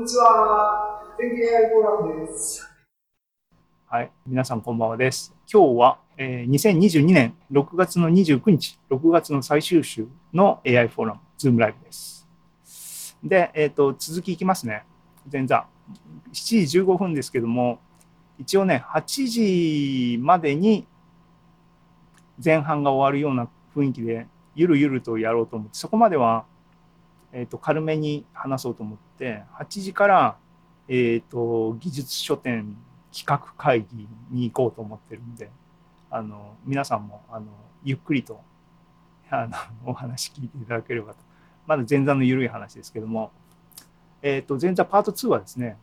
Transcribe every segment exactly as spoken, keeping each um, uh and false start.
にちは。天気 エーアイ フォーラムです。 はい、皆さんこんばんはです。今日は、えー、にせんにじゅうにねんろくがつのにじゅうくにち、ろくがつの最終週の エーアイ フォーラム、ズームライブです。で、えっと、続きいきますね。前座。しちじじゅうごふんですけども、一応ね、はちじまでに前半が終わるような雰囲気で、ゆるゆるとやろうと思って、そこまでは、えっと、軽めに話そうと思って、はちじから、えっと、技術書店企画会議に行こうと思ってるんで、あの皆さんもあのゆっくりとあのお話聞いていただければと。まだ前座の緩い話ですけども、えー、と前座パートツーはですね、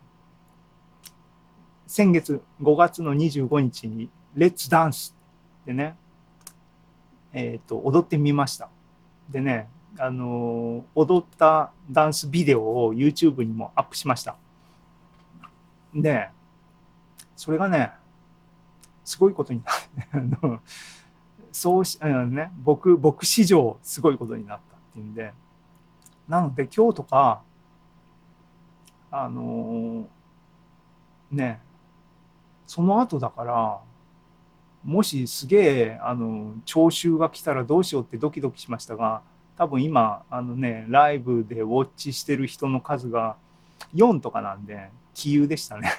先月ごがつのにじゅうごにちにレッツダンスでね、えー、と踊ってみました。でね、あの踊ったダンスビデオを YouTube にもアップしました。でそれがね、すごいことになるそうし、ね、僕僕史上すごいことになったっていうんで、なので今日とかあのー、ね、その後だから、もしすげえあの聴衆が来たらどうしようってドキドキしましたが、多分今あのねライブでウォッチしてる人の数がよんとかなんで杞憂でしたね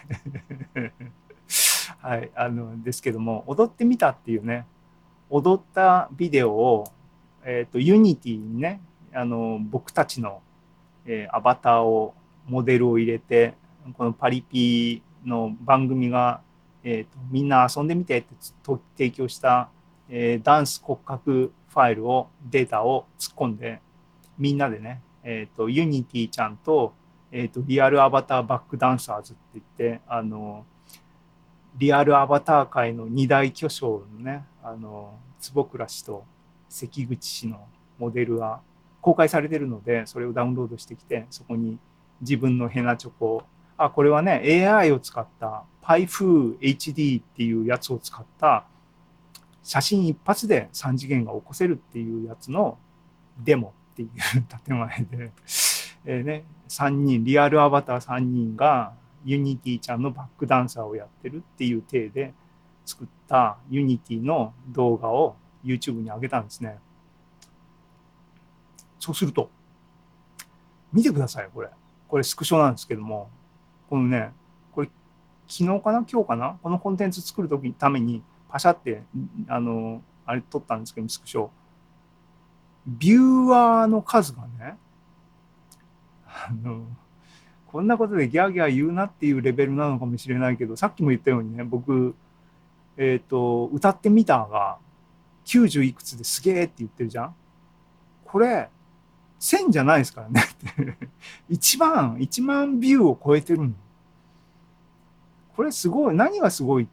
はい、あのですけども、踊ってみたっていうね、踊ったビデオを、えーと、ユニティにね、あの僕たちの、えーアバターをモデルを入れて、このパリピの番組が、えーと、みんな遊んでみてって提供した、えーダンス骨格ファイルをデータを突っ込んで、みんなでね、えーと、ユニティちゃんと、えーと、リアルアバターバックダンサーズって言って、あのリアルアバター界の二大巨匠のね、あの坪倉氏と関口氏のモデルが公開されてるので、それをダウンロードしてきて、そこに自分のヘナチョコ、あ、これはね エーアイ を使った パイフー エイチディー っていうやつを使った写真一発でさん次元が起こせるっていうやつのデモっていう建前で、えーね、さんにんリアルアバターさんにんがユニティちゃんのバックダンサーをやってるっていう体で作ったユニティの動画を YouTube に上げたんですね。そうすると見てください、これこれスクショなんですけども、このね、これ昨日かな今日かな、このコンテンツ作る時のためにパシャってあのあれ撮ったんですけど、スクショビューアーの数がね、あのこんなことでギャーギャー言うなっていうレベルなのかもしれないけど、さっきも言ったようにね、僕、えっと、歌ってみたがきゅうじゅういくつですげえって言ってるじゃん。これ、せんじゃないですからね。いちまん、いちまんビューを超えてるの。これすごい、何がすごいって、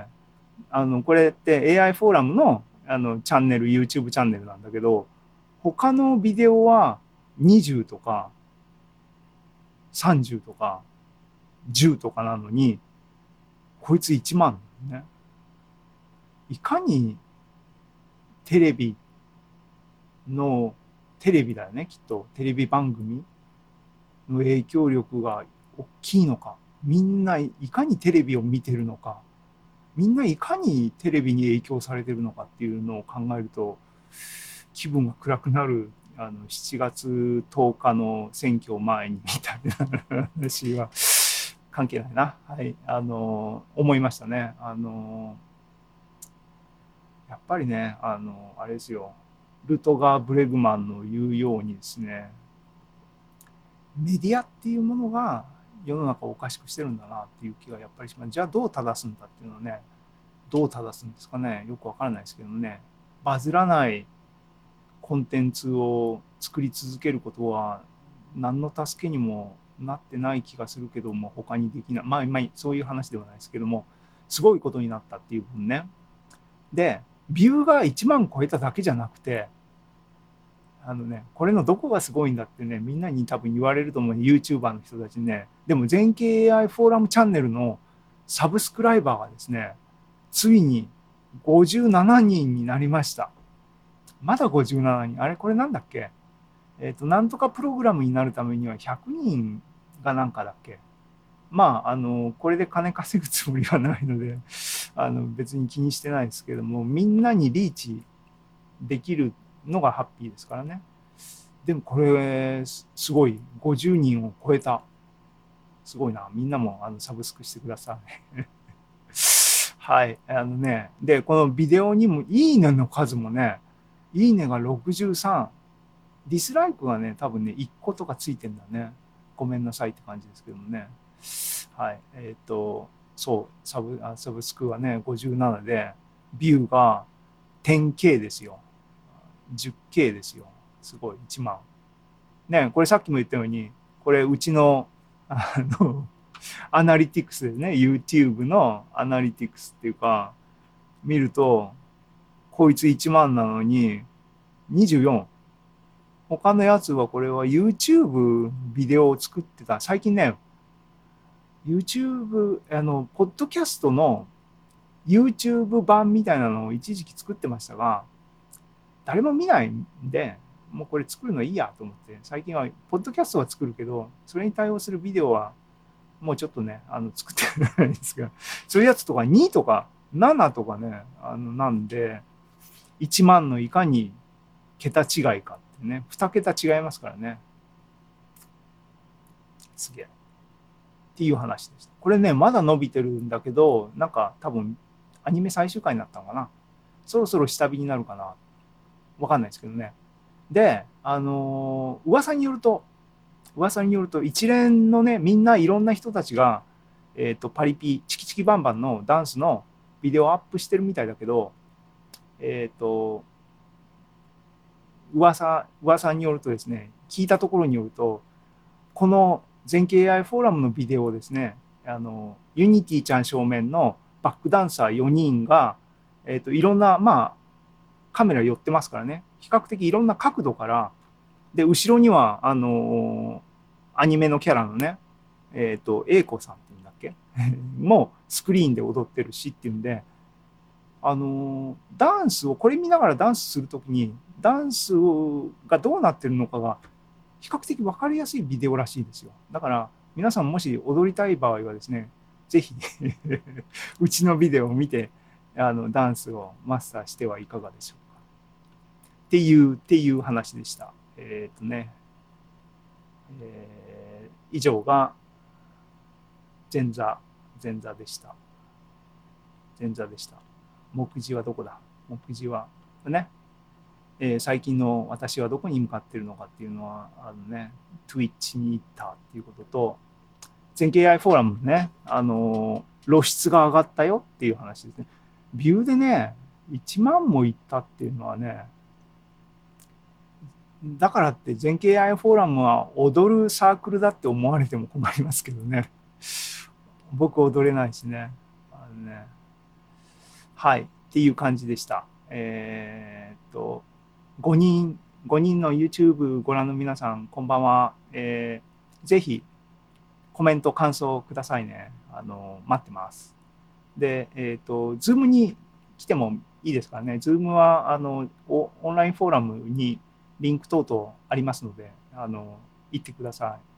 あの、これって エーアイ フォーラムの、あの、チャンネル、YouTube チャンネルなんだけど、他のビデオはにじゅうとかさんじゅうとかじゅうとかなのに、こいついちまんね。いかにテレビの、テレビだよね、きっと。テレビ番組の影響力が大きいのか。みんないかにテレビを見てるのか。みんないかにテレビに影響されてるのかっていうのを考えると、気分が暗くなる。あのしちがつとおかの選挙前にみたいな話は関係ないな。はい、あの思いましたね。あのやっぱりね、あのあれですよ。ルトガー・ブレグマンの言うようにですね、メディアっていうものが世の中をおかしくしてるんだなっていう気がやっぱりします。じゃあどう正すんだっていうのはね、どう正すんですかね、よくわからないですけどね。バズらないコンテンツを作り続けることは何の助けにもなってない気がするけども、他にできない、まあ、まあ、そういう話ではないですけども、すごいことになったっていう分ね。で、ビューがいちまん超えただけじゃなくて、あのね、これのどこがすごいんだってね、みんなに多分言われると思う、YouTuber の人たちにね。でも全景 エーアイ フォーラムチャンネルのサブスクライバーがですね、ついにごじゅうななにんになりました。まだごじゅうななにん。あれこれなんだっけ、えっと、なんとかプログラムになるためにはひゃくにんがなんかだっけ。まあ、あの、これで金稼ぐつもりはないので、あの、別に気にしてないですけども、みんなにリーチできるのがハッピーですからね。でもこれ、すごい、ごじゅうにんを超えた。すごいな。みんなもあのサブスクしてください。はい。あのね、で、このビデオにも、いいねの数もね、いいねがろくじゅうさん。ディスライクがね、多分ね、いっことかついてんだね。ごめんなさいって感じですけどもね。はい。えっと、そう、サブ、あサブスクはね、ごじゅうななで、ビューが じゅうケー ですよ。じゅっケー ですよ。すごい、いちまん。ね、これさっきも言ったように、これうちの、あの、アナリティクスでね、YouTube のアナリティクスっていうか、見ると、こいついちまんなのに、にじゅうよん。他のやつはこれは YouTube ビデオを作ってた。最近ね、YouTube、あの、ポッドキャストの YouTube 版みたいなのを一時期作ってましたが、誰も見ないんで、もうこれ作るのいいやと思って、最近は、ポッドキャストは作るけど、それに対応するビデオは、もうちょっとね、あの、作ってないんですが、そういうやつとかにとかななとかね、あの、なんで、いちまんのいかに桁違いかってね、に桁違いますからね。すげえ。っていう話でした。これね、まだ伸びてるんだけど、なんか多分、アニメ最終回になったのかな。そろそろ下火になるかな。わかんないですけどね。で、あのー、噂によると、噂によると、一連のね、みんないろんな人たちが、えっと、パリピ、チキチキバンバンのダンスのビデオをアップしてるみたいだけど、えっと、噂、噂によるとですね、聞いたところによると、この全景 エーアイ フォーラムのビデオをですね、あの、ユニティちゃん正面のバックダンサーよにんが、えっと、いろんな、まあ、カメラ寄ってますからね、比較的いろんな角度から、で、後ろには、あのアニメのキャラのね、えっと、A 子さんっていうんだっけもうスクリーンで踊ってるしっていうんで、あのダンスを、これ見ながらダンスするときに、ダンスがどうなってるのかが、比較的分かりやすいビデオらしいですよ。だから、皆さんもし踊りたい場合はですね、ぜひうちのビデオを見て、あの、ダンスをマスターしてはいかがでしょうか。っていう、っていう話でした。えっとね、えー以上が前座、前座でした。前座でした。目次はどこだ目次は、ね、えー最近の私はどこに向かっているのかっていうのは、あのね、Twitch に行ったっていうことと、全景 エーアイ フォーラムね、あのー露出が上がったよっていう話ですね。ビューでね、いちまんもいったっていうのはね、だからって全景 エーアイ フォーラムは踊るサークルだって思われても困りますけどね。僕踊れないしね。あのね、はい。っていう感じでした。えーっと、ごにん、ごにんの YouTube ご覧の皆さん、こんばんは。えーぜひ、コメント、感想くださいね。あの、待ってます。で、えっと、Zoom に来てもいいですからね。Zoom は、あの、オンラインフォーラムにリンク等々ありますので、あの、行ってください。